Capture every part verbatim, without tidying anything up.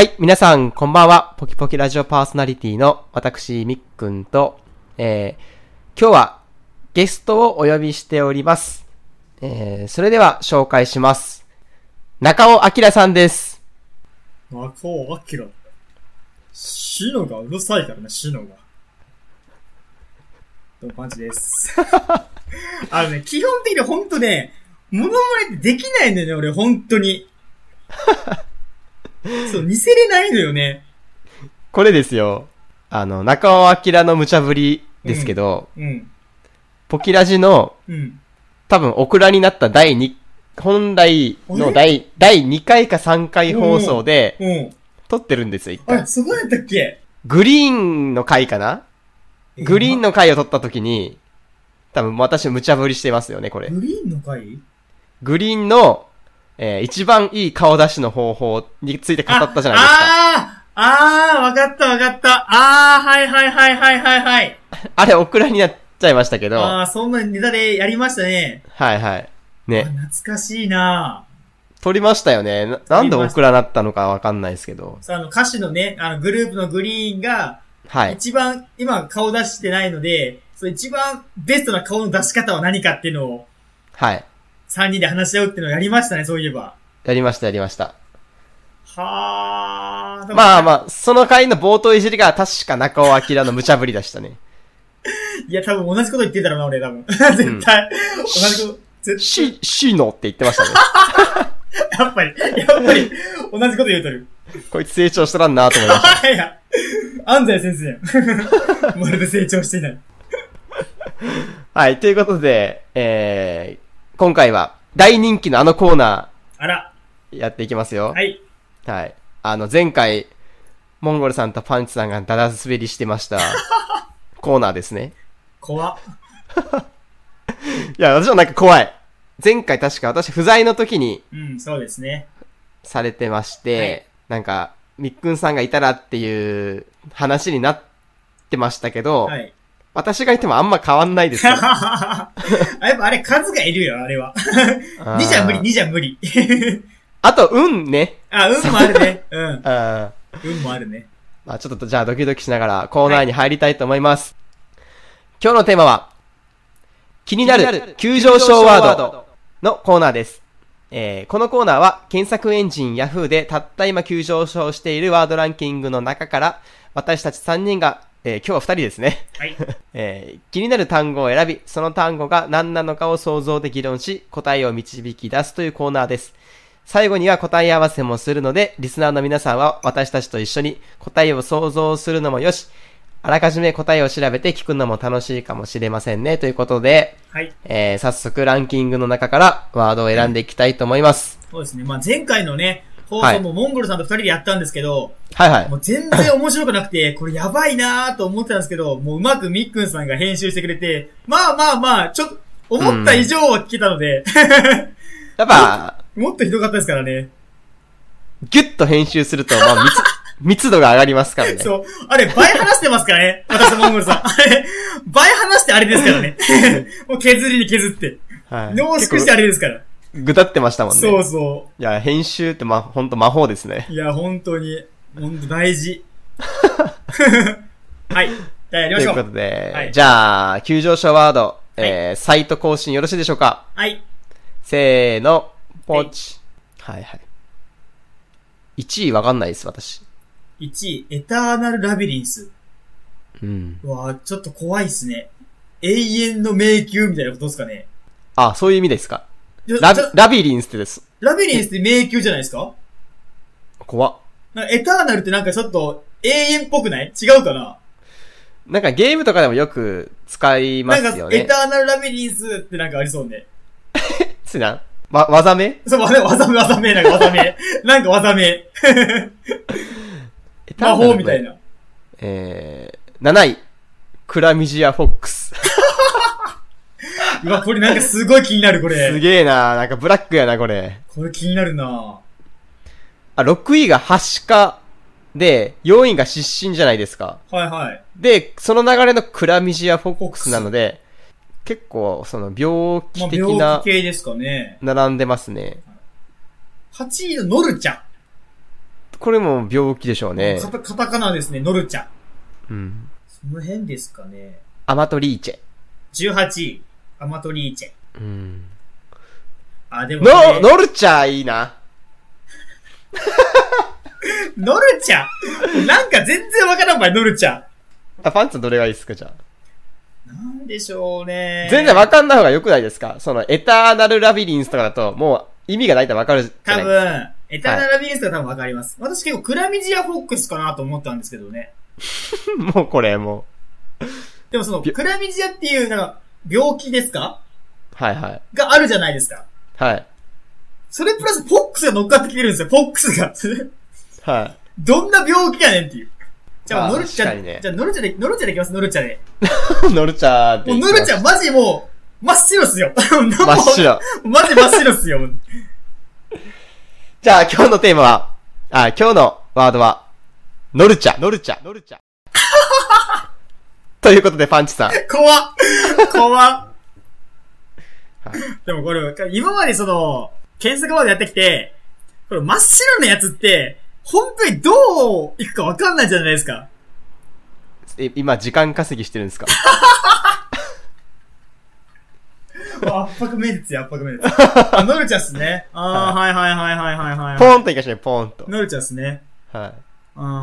はい、皆さん、こんばんは。ポキポキラジオパーソナリティの私、みっくんと、えー、今日はゲストをお呼びしております。えー、それでは紹介します。中尾明さんです。 中尾明。シノがうるさいからね、シノが。どうもパンチです。あのね、基本的にほんとね、モノマネってできないんだよね、俺、ほんとに。そう、似せれないのよね。 これですよ。あの、中尾明の無茶ぶりですけど、 うん。うん、 ポキラジの、うん、多分、オクラになった第2、本来の第、第にかいかさんかい放送で、うんうん、撮ってるんですよ、一回。 あ、そこやったっけ？ グリーンの回かな？グリーンの回を撮った時に、多分私無茶ぶりしてますよね、これ。 グリーンの回？ グリーンの、えー、一番いい顔出しの方法について語ったじゃないですか。 あああーわかったわかった。ああはいはいはいはいはいはい。 あれ、オクラになっちゃいましたけど。 ああ、そんなネタでやりましたね。 はいはい。ね。 懐かしいなぁ。 撮りましたよね。な、なんでオクラになったのかわかんないですけど。 さあ、あの歌手のね、あのグループのグリーンが、はい。一番、今顔出してないので、そう一番ベストな顔の出し方は何かっていうのを、はい。三人で話し合うっていうのをやりましたね、そういえば。 やりました、やりました。 はー。 まあまあ、その回の冒頭いじりが確か中尾明の無茶ぶりでしたね。 いや、多分同じこと言ってたろうな、俺、多分。絶対。うん、同じこと、絶対。 し、しのって言ってましたね。 やっぱり、やっぱり、同じこと言うとる。 こいつ成長しとらんなと思いました。 いや、安西先生やん。まるで成長していない。 はい、ということで、えー、今回は大人気のあのコーナー。 あら。 やっていきますよ。 はい。 はい。あの、前回、モンゴルさんとパンチさんがダダ滑りしてました、コーナーですね。 怖っ。 いや、私はなんか怖い。前回確か私不在の時に、 うん、そうですね。 されてまして、はい、なんか、みっくんさんがいたらっていう話になってましたけど、はい、私がいてもあんま変わんないですよ。 やっぱあれ数がいるよ、あれは。にじゃ無理、にじゃ無理。 あと、運ね。 あ、運もあるね。うん。あ運もあるね。 まあちょっとじゃあドキドキしながらコーナーに入りたいと思います。はい、今日のテーマは、気になる急上昇ワードのコーナーです。えー、このコーナーは検索エンジン Yahoo でたった今急上昇しているワードランキングの中から私たちさんにんが、えー、今日はふたりですね、はいえー、気になる単語を選びその単語が何なのかを想像で議論し答えを導き出すというコーナーです。最後には答え合わせもするのでリスナーの皆さんは私たちと一緒に答えを想像するのもよし、あらかじめ答えを調べて聞くのも楽しいかもしれませんねということで、はいえー、早速ランキングの中からワードを選んでいきたいと思います。 そうですね。まあ、前回のね放送もモンゴルさんとふたりでやったんですけど、 はいはい。 もう全然面白くなくてこれやばいなーと思ってたんですけど、もううまくみっくんさんが編集してくれて、まあまあまあちょっと思った以上は聞けたので、うん、 やっぱもっとひどかったですからね。 ギュッと編集するとまあ密密度が上がりますからね。 そう。あれ、倍話してますからね。私とモンゴルさん。あれ、倍話してあれですからね。もう削りに削って。はい。濃縮してあれですから。 ぐだってましたもんね。 そうそう。 いや、編集ってま、ほんと魔法ですね。 いや、ほんとに、ほんと大事。はい。じゃあやりましょう。 ということで、はい、じゃあ、急上昇ワード、はい、えー、サイト更新よろしいでしょうか？ はい。 せーの、ポチ。はい、はいはい。いちいわかんないです、私。 いちい、エターナルラビリンス。 うん。 うわぁ、ちょっと怖いっすね。永遠の迷宮みたいなことですかね。 あ、そういう意味ですか。ラビ、ラビリンスってです。 ラビリンスって迷宮じゃないですか？ 怖っ。 なんかエターナルってなんかちょっと永遠っぽくない？違うかな？ なんかゲームとかでもよく使いますよね。 なんかエターナルラビリンスってなんかありそうね。 すな。わ、技名？ そう、技名、技名、なんか技名。なんか技名。魔法みたいな。 えー、なない。クラミジアフォックス。 うわ、これなんかすごい気になる、これ。 すげえな、なんかブラックやな、これ。 これ気になるな。 あ、ろくいがはしかで、よんいが失神じゃないですか。 はいはい。 で、その流れのクラミジアフォックスなので、結構、その病気的な、まあ、 病気系ですかね。 並んでますね。 はちいのノルちゃん。 これも病気でしょうね。 カタカタカナですね、ノルチャ。 うん。 その辺ですかね。 アマトリーチェ。 じゅうはちい、アマトリーチェ。 うん。 あ、でも、 ね、ノ、ノルチャいいな。 ノルチャなんか全然わからんばい、ノルチャ。 あ、パンツどれがいいですか、じゃあ。 なんでしょうね。 全然わかんない方が良くないですか？その、エターナルラビリンスとかだと、もう、意味がないとわかるじゃないですか。多分、 エターナルラビリンスが多分わかります。はい、私結構クラミジアフォックスかなと思ったんですけどね。 もうこれ、もう。でもその、クラミジアっていう、なんか、病気ですか？ はいはい。 があるじゃないですか。 はい。 それプラスポックスが乗っかってきてるんですよ、ポックスが。 はい。 どんな病気やねんっていう。じゃあ、ノルチャ、 ね、 じゃあ、ノルチャで、ノルチャでいきます、ノルチャで。 ノルチャで。 もうノルチャ、マジもう、真っ白っすよ。真っ白。 マジ真っ白っすよ。 じゃあ、今日のテーマは、あ、今日のワードは、ノルチャ。ノルチャ。ノルチャ。ということで、パンチさん。 怖っ怖っでもこれ、今までその、検索ワードやってきて、これ真っ白なやつって、本当にどういくかわかんないじゃないですか。 え、今時間稼ぎしてるんですか？ 圧迫面接や、圧迫面接。あ、ノルチャっすね。あー、はいはいはいはいはいはい。 ポーンといかしね、ポーンと。 ノルチャっすね。 はい。 あー、あ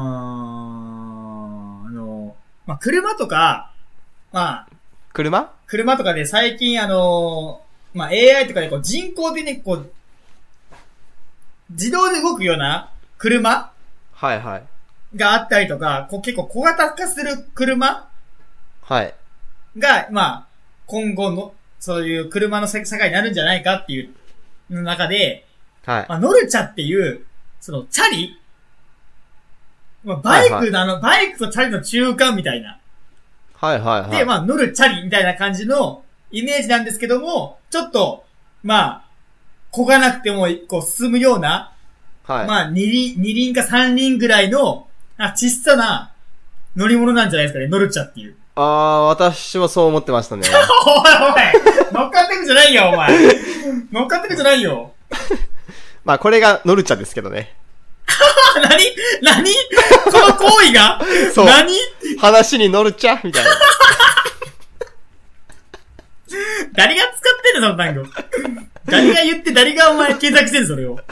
の、まあ、車とか、まあ、 車車とかで最近あの、まあ、エーアイ とかでこう人工的にこう、自動で動くような車はいはい。 があったりとか、こう結構小型化する車はい。 が、まあ、今後の、そういう車の世界になるんじゃないかっていう中で、 はい。 まあ、ノルチャっていう、その、チャリまあ、バイクのあの、バイクとチャリの中間みたいな。 はいはいはい。 で、まあ、乗るチャリみたいな感じのイメージなんですけども、ちょっと、まあ、漕がなくても、こう、進むような、はい。まあ、二輪、二輪か三輪ぐらいの、あ、小さな乗り物なんじゃないですかね、ノルチャっていう。 あー、私はそう思ってましたね。 おいおい乗っかってくんじゃないよ、お前乗っかってくんじゃないよまあ、これがノルチャですけどね。 何何この行為がそう。 何話に乗るちゃみたいな。 誰が使ってんのその単語。誰が言って誰がお前検索してんのそれを。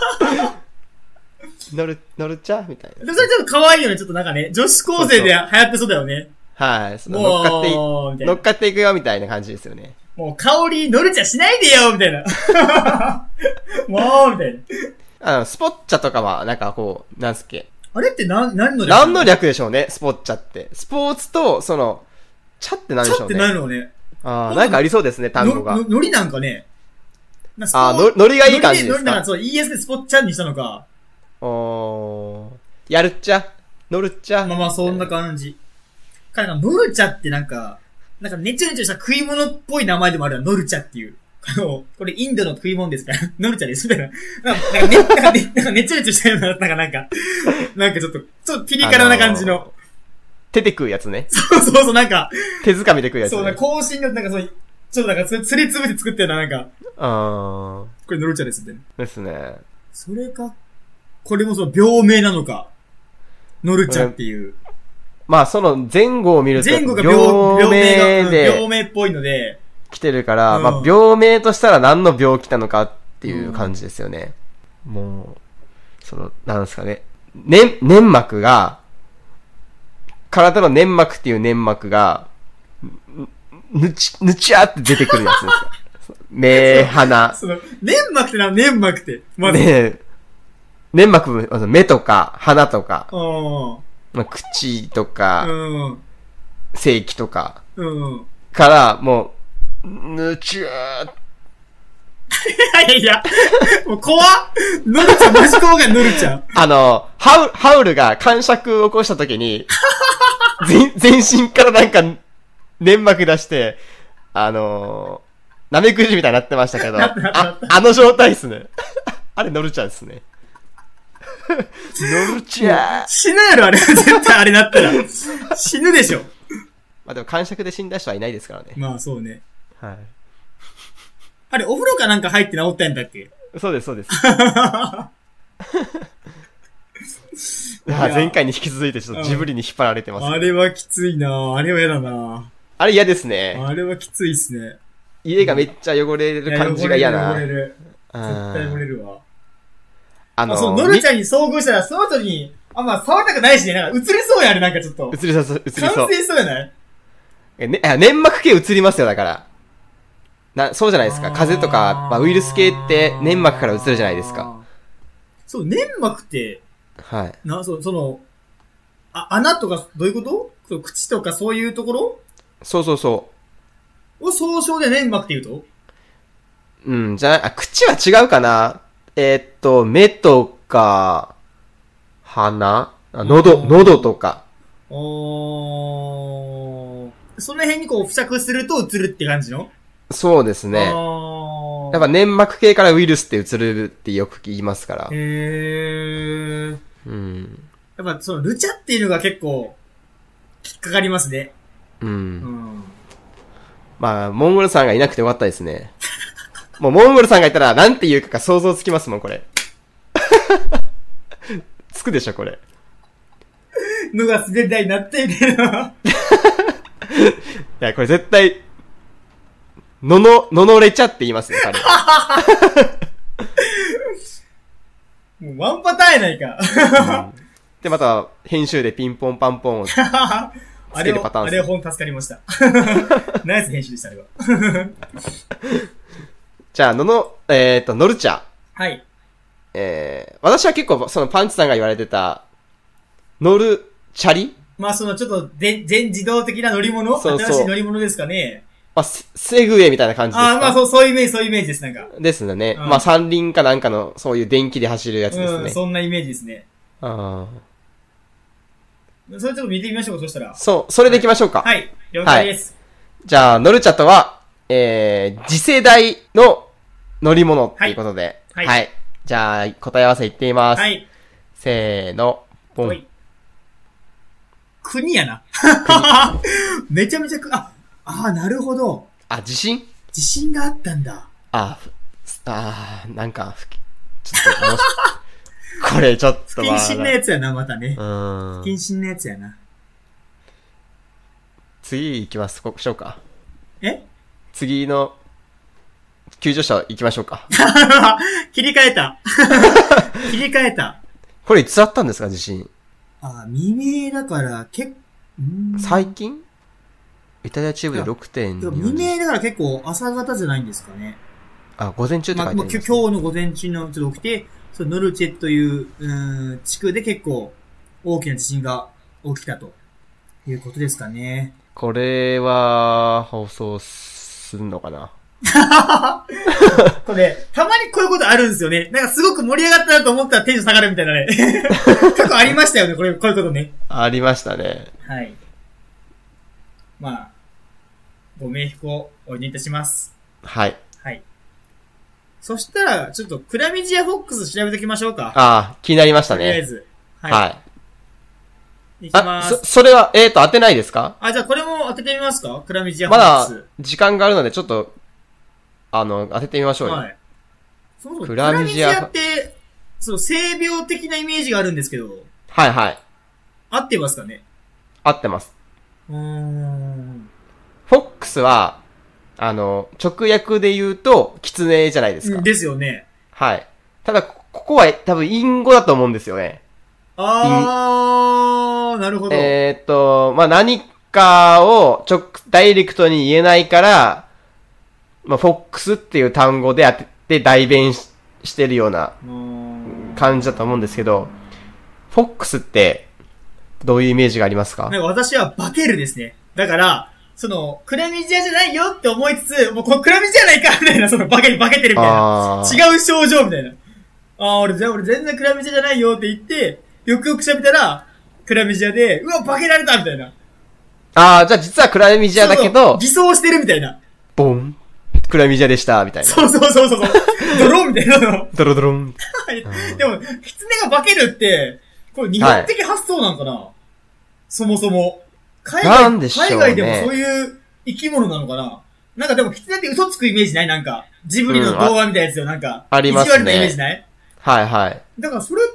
乗る、乗るちゃみたいな。 でそれちょっと可愛いよね。ちょっとなんかね、女子高生で流行ってそうだよね。 はい。その乗っかってい、乗っかっていくよみたいな感じですよね。 もう香り乗るちゃしないでよみたいな。もうみたいな。 あの、スポッチャとかは、なんかこう、なんすっけ。 あれって何、何の略何の略でしょうね、スポッチャって。スポーツと、その、チャって何でしょうね。 チャって何のね。 ああ、なんかありそうですね、単語が。 の、のりなんかね。 ああ、の、のりがいい感じですか。 のりなんかそう、イーエス でスポッチャにしたのか。 おー。やるっちゃ乗るっちゃまあまあ、そんな感じ。彼が乗るちゃってなんか、なんかねちょねちょした食い物っぽい名前でもあるよ、乗るちゃっていう。あの、これインドの食い物ですから、ノルチャです、みたいな。なんかね、なんかね、なんかねちょねちょしたような、なんかなんか、なんかちょっと、ちょっとピリ辛な感じの。あのー、 手で食うやつね。 そうそうそう、なんか。 手づかみで食うやつね。 そう、なんか香辛料なんかそう、ちょっとなんか、つりつぶで作ったような、なんか。 あー。 これノルチャですね。 ですね。 それか、これもその病名なのか。ノルチャっていう。 まあ、その前後を見ると、 前後が病、病名が、病名っぽいので、 来てるから、うん、まあ、病名としたら何の病気なのかっていう感じですよね。うん、もう、その、なんですかね。ね、粘膜が、体の粘膜っていう粘膜が、ぬち、ぬちゃって出てくるやつですか。目、鼻。 その、粘膜ってな、粘膜って。 まず。ね粘膜、目とか、鼻とか、まあ、口とか、うん、性器とか、うん、から、もう、ぬちゅー。いやいや、もう怖っぬるちゃん、マジ怖がぬるちゃん。 あの、ハウ、ハウルが感触を起こしたときに、全、全身からなんか、粘膜出して、あのー、なめくじみたいになってましたけど、あ、あの状態っすね。あれ、ノルちゃんっすね。ノルちゃん。 死ぬやろ、あれ。絶対あれなったら。死ぬでしょ。 まあでも、感触で死んだ人はいないですからね。 まあ、そうね。 はい。 あれ、お風呂かなんか入って治ったんだっけ？ そうです、そうです。 前回に引き続いてちょっとジブリに引っ張られてます、ね、 あれはきついなあれは嫌だなあれ嫌ですね。 あれはきついっすね。 家がめっちゃ汚れる感じが嫌な。 汚れる、汚れる。絶対汚れるわ。 あのー、 あ、そう、ノルちゃんに遭遇したら、その後に、あ、まあ、触りたくないしね、なんか映りそうやあれ、なんかちょっと。 映りそう、映りそう。 完成しそうやないえ、ね、粘膜系映りますよ、だから。な、そうじゃないですか。風邪とか、まあ、ウイルス系って粘膜から映るじゃないですか。 そう、粘膜って、 はい。 な、そその、あ、穴とか、どういうことそう、口とかそういうところそうそうそう。 を総称で粘膜って言うとうん、じゃあ、口は違うかな。えー、っと、目とか、鼻喉、喉とか。 おー。その辺にこう付着すると映るって感じのそうですね。やっぱ粘膜系からウイルスって映るってよく言いますから。 へー。 うん。 やっぱそのルチャっていうのが結構、引っかかりますね。 うん。うんうんまあ、モンゴルさんがいなくてよかったですね。もうモンゴルさんがいたら何て言うかか想像つきますもん、これ。つくでしょ、これ。 のが滑り台になってみたいな。 いや、これ絶対、のの、ののれちゃって言いますね、彼。 もうワンパターンやないか。 うん、で、また、編集でピンポンパンポンをつけるパターンあれ、あれ本助かりました。ナイス編集でした、あれは。じゃあ、のの、えっ、ー、と、ノルチャ。 はい。 えー、私は結構、そのパンチさんが言われてた、ノルチャリまあ、そのちょっとで、全自動的な乗り物そうそう新しい乗り物ですかね。 まあ、セグウェイみたいな感じですか。 ああ、まあそう、そういうイメージ、そういうイメージです、なんか。 ですね。 うん、 まあ、三輪かなんかの、そういう電気で走るやつですね。 うん、そんなイメージですね。 ああ。 それちょっと見てみましょうか、そしたら。 そう、それでいきましょうか。 はい、はい、了解です。 はい、じゃあ、ノルチャとは、えー、次世代の乗り物っていうことで。はい。はいはい、じゃあ、答え合わせいってみます。はい。せーの、ポン。 国やな。めちゃめちゃく、あ、ああ、なるほど。 あ、地震地震があったんだ。 あ、あー、なんか、ちょっと、もし、これちょっと不謹慎なやつやな、またね。 うん。 不謹慎なやつやな。 次行きます、ここしようか。 え次の、救助者行きましょうか。 切り替えた。切り替えた。 これいつあったんですか、地震。 あ、未明だから、け最近イタリア中部で ろくてんに。 未明だから結構朝方じゃないんですかね。 あ、午前中って書いてあります、ね。 まあ、今日の午前中のちょっと起きて、そのノルチェという、うん、地区で結構大きな地震が起きたということですかね。 これは、放送するのかなこれ、たまにこういうことあるんですよね。なんかすごく盛り上がったなと思ったらテンション下がるみたいなね。結構ありましたよね、これ、こういうことね。 ありましたね。 はい。まあ、ご冥福をお祈りいたします。 はい。 はい。そしたら、ちょっと、クラミジアフォックス調べておきましょうか。 ああ、気になりましたね。 とりあえず。 はい。はいいきます。 あ、そ、それは、えーと、当てないですか？ あ、じゃあこれも当ててみますか？クラミジアフォックス。 まだ、時間があるので、ちょっと、あの、当ててみましょうよ。はい。 そもそもクラミジアって、その、性病的なイメージがあるんですけど。 はいはい。 合ってますかね？ 合ってます。 うーん。 フォックスは、あの、直訳で言うと、狐じゃないですか。 ですよね。 はい。ただ、ここは多分、隠語だと思うんですよね。 あー、なるほど。 えーっと、まあ、何かを直、ダイレクトに言えないから、まあ、フォックスっていう単語で当てて代弁 し, してるような感じだと思うんですけど、フォックスってどういうイメージがありますか？ 私はバケるですね。だから、その、クラミジアじゃないよって思いつつ、もうこれクラミジアないかみたいな、そのバケにバケてるみたいな。違う症状みたいな。あー、俺、俺全然クラミジアじゃないよって言って、よくよく調べたら、クラミジアで、うわ、バケられたみたいな。 あー、じゃあ実はクラミジアだけど、そうそう偽装してるみたいな。 ボン。クラミジアでした、みたいな。 そうそうそうそう。ドロンみたいなの。 ドロドロン。 でも、キツネが化けるって、これ日本的発想なんかな、はい、そもそも。海外、 なんでしょうね、 海外でもそういう生き物なのかな。なんかでもキツネって嘘つくイメージない？なんか、ジブリの童話みたいなやつよ、なんか。 ありますね。 意地悪なイメージない？ はいはい。 だからそれって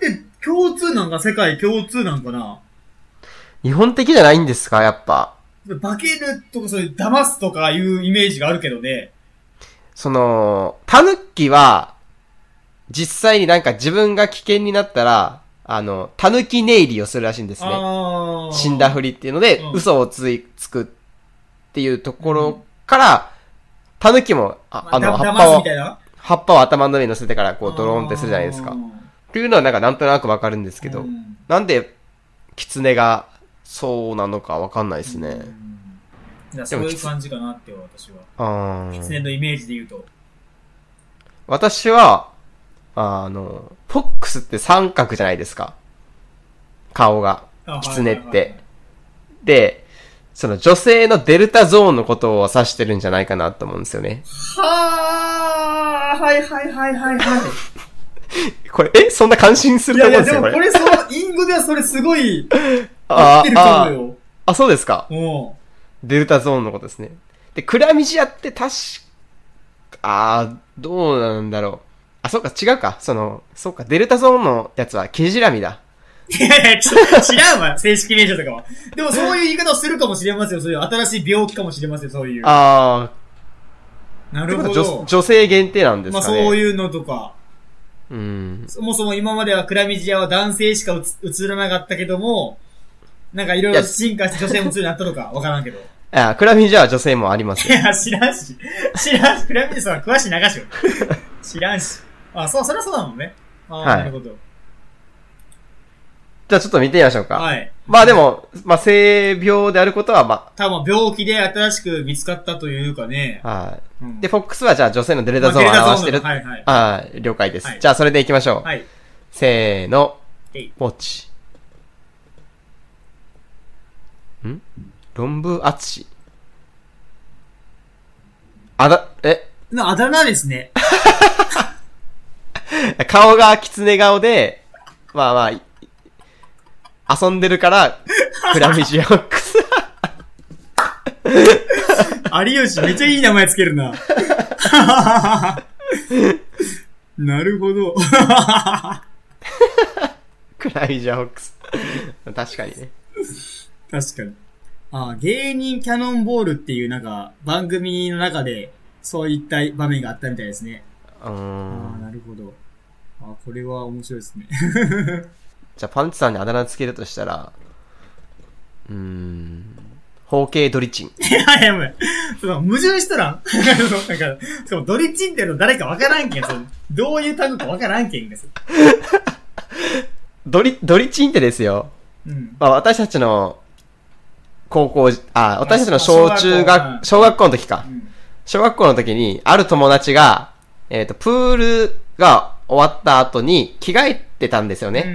共通なんか世界共通なんかな。 日本的じゃないんですか、やっぱ。 化けるとかそういう騙すとかいうイメージがあるけどね。 その、タヌキは、実際になんか自分が危険になったら、あの、タヌキ寝入りをするらしいんですね。死んだふりっていうので、うん、嘘をつい、つくっていうところから、タヌキも、あ、あの、葉っぱを、葉っぱを頭の上に乗せてからこうドローンってするじゃないですか。っていうのはなんかなんとなくわかるんですけど、うん、なんで、キツネがそうなのかわかんないですね。 うん、そういう感じかなって私は。キツネのイメージで言うと。 私は、あの、フォックスって三角じゃないですか。顔が。キツネって。で、その女性のデルタゾーンのことを指してるんじゃないかなと思うんですよね。 はー、はいはいはいはいはい。 これ、えそんな感心すると思うんですよ、 これ。いやいや、でもこれそう、インゴではそれすごい、合ってるかもよ。 あ、そうですか。 うん。 デルタゾーンのことですね。で、クラミジアって確か、あー、どうなんだろう。あ、そうか、違うか。その、そうか、デルタゾーンのやつはケジラミだ。 いやいや、ちょっと知らんわ、正式名称とかは。でもそういう言い方をするかもしれませんよ。そういう新しい病気かもしれません、そういう。 あー。なるほど。女, 女性限定なんですかね。 まあそういうのとか。 うん。 そもそも今まではクラミジアは男性しか映らなかったけども、なんかいろいろ進化して女性も映るようになったのかわからんけど。 いや、クラミジアは女性もありますよ。 いや、知らんし。知らんし。クラミジアさんは詳しい流しよ。知らんし。あ、そう、それはそうなのね。あ、はい、なるほど。 じゃあちょっと見てみましょうか。 はい。 まあでも、まあ性病であることは、まあ。 多分病気で新しく見つかったというかね。 はい。うん、で、フォックスはじゃあ女性のデルタゾーンを表してる。まあ、はいはい。ああ、了解です。はい、じゃあそれで行きましょう。 はい。 せーの。ウォッチ。ん論文あつし。あだ、えあだ名ですね。 顔が狐顔で、まあまあ、遊んでるから、クラミジアフォックス。 有吉、めっちゃいい名前つけるな。なるほど。 クラミジアフォックス。確かにね。 確かに。あ、芸人キャノンボールっていうなんか番組の中でそういった場面があったみたいですね。 うーん。 あ、なるほど。あ、これは面白いですね。 じゃあパンチさんにあだ名つけるとしたら、うーん、包茎ドリチン。いやいや、もう、その矛盾しとらんなんか、そのドリチンっていうの誰かわからんけん。そのどういう単語かわからんけんです。 ドリ、ドリチンってですよ。 うん。 まあ私たちの高校、あ、私たちの小中学、小学校の時か。うん、小学校の時に、ある友達が、えっと、プールが終わった後に着替えてたんですよね。 うん、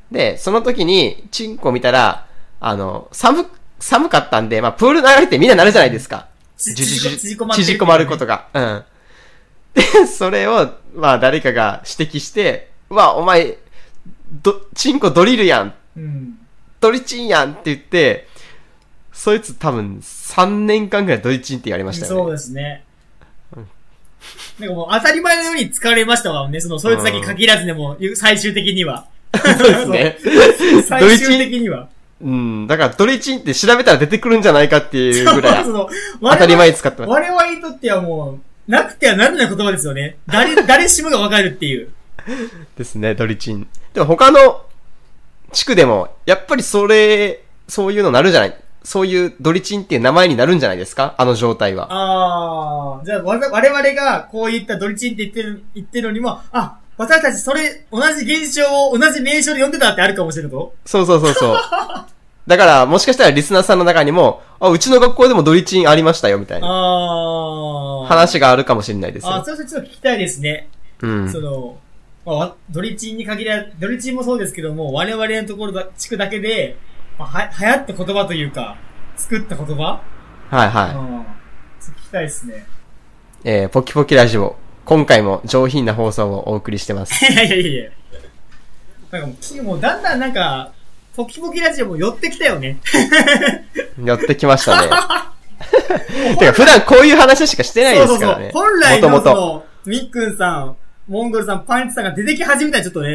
で、その時に、チンコ見たら、あの、寒、寒かったんで、まあ、プール流れてみんななるじゃないですか。 じじじ縮こまることが。うん。で、それを、まあ、誰かが指摘して、うわ、お前、ど、チンコドリルやん。 うん、 ドリチンやんって言って、そいつ多分さんねんかんぐらいドリチンって言われましたよね。 そうですね。うん、なんかもう当たり前のように使われましたわね。その、そいつだけ限らずでも、最終的には。 そうですね。 最終的には。 うん。だからドリチンって調べたら出てくるんじゃないかっていうぐらい。当たり前に使ってます。 我々にとってはもう、なくてはならない言葉ですよね。誰、誰しもがわかるっていう。 ですね、ドリチン。でも他の地区でも、やっぱりそれ、そういうのなるじゃない。そういうドリチンっていう名前になるんじゃないですか、あの状態は。 ああ、じゃあ我々がこういったドリチンって言ってる、言ってるのにも、あ、私たちそれ、同じ現象を同じ名称で呼んでたってあるかもしれないと？ そうそうそうそう。だから、もしかしたらリスナーさんの中にも、あ、うちの学校でもドリチンありましたよ、みたいな。 ああ。 話があるかもしれないですよ。 あ、それちょっと聞きたいですね。 うん。 その、まあ、ドリチンに限ら、ドリチンもそうですけども、我々のところだ、地区だけで、まあ、は、流行った言葉というか、作った言葉？ はいはい。 うん。聞きたいですね。 えー、ポキポキラジオ。今回も上品な放送をお送りしてます。 いやいやいやなんかもう、もうだんだんなんか、ポキポキラジオも寄ってきたよね。 寄ってきましたね。てか普段こういう話しかしてないですからね。 そうそうそう。本来のその、みっくんさん、モンゴルさん、パンチさんが出てき始めたらちょっとね。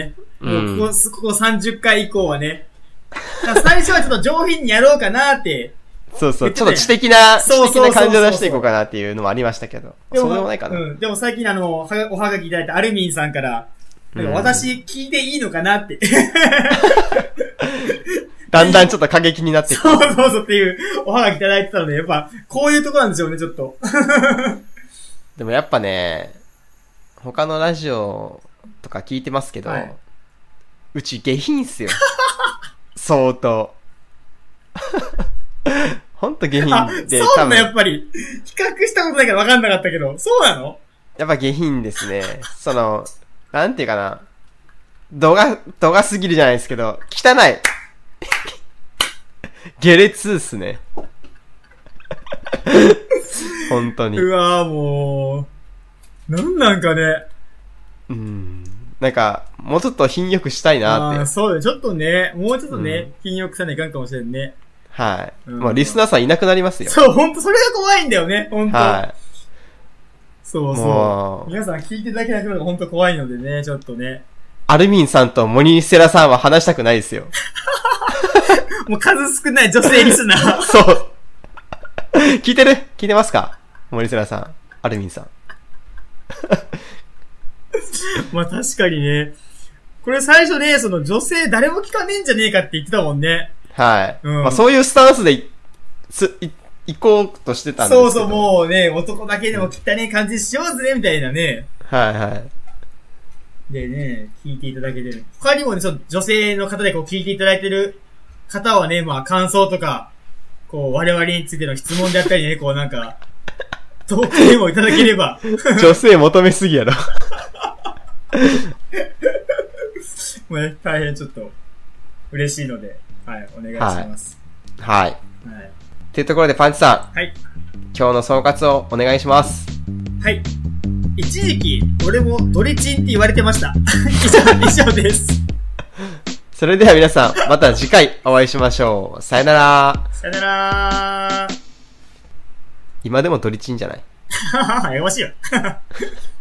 もうここ、ここさんじゅっかい以降はね。最初はちょっと上品にやろうかなって。 そうそう、ちょっと知的な、知的な感情を出していこうかなっていうのもありましたけど。そうでもないかな。 うん。でも最近あの、おはがきいただいたアルミンさんから、なんか私聞いていいのかなって。 だんだんちょっと過激になっていく。 そうそうそうっていうおはがきいただいてたので、やっぱ、こういうとこなんですよね、ちょっと。 でもやっぱね、他のラジオとか聞いてますけど、はい、うち下品っすよ。相当。ほんと下品で。 そうなのやっぱり。比較したことないから分かんなかったけど、そうなの？ やっぱ下品ですね。その、なんていうかな。度が、度が過ぎるじゃないですけど、汚い。下劣っすね。本当に。 うわぁ、もう、なんなんかね。 うん。なんか、もうちょっと品良くしたいなって。 ああ、そうだ、ちょっとね、もうちょっとね、うん、品良くさないかんかもしれんね。 はい。うん、もうリスナーさんいなくなりますよ。 そう、ほんと、それが怖いんだよね、ほんと。はい。そうそう。皆さん聞いていただけなくなるのがほんと怖いのでね、ちょっとね。 アルミンさんとモニセラさんは話したくないですよ。 もう数少ない女性リスナー。 そう。聞いてる？聞いてますか？モニセラさん、アルミンさん。 まあ確かにね。これ最初ね、その女性誰も聞かねえんじゃねえかって言ってたもんね。 はい。うん、まあそういうスタンスでい、つ、い、行こうとしてたんですけど。 そうそう、もうね、男だけでも汚ねえ感じしようぜ、みたいなね。 はいはい。 でね、聞いていただけてる。他にもね、ちょっと女性の方でこう聞いていただいてる方はね、まあ感想とか、こう我々についての質問であったりね、こうなんか、トークテーマをいただければ。 女性求めすぎやろ。 もうね、大変ちょっと嬉しいので、はい、お願いします。 はい。はい。はい、というところでパンチさん。 はい。 今日の総括をお願いします。 はい。一時期、俺もドレチンって言われてました。以上、以上です。 それでは皆さん、また次回お会いしましょう。さよなら。 さよなら。 今でもドリチンじゃない？ やかましいよ。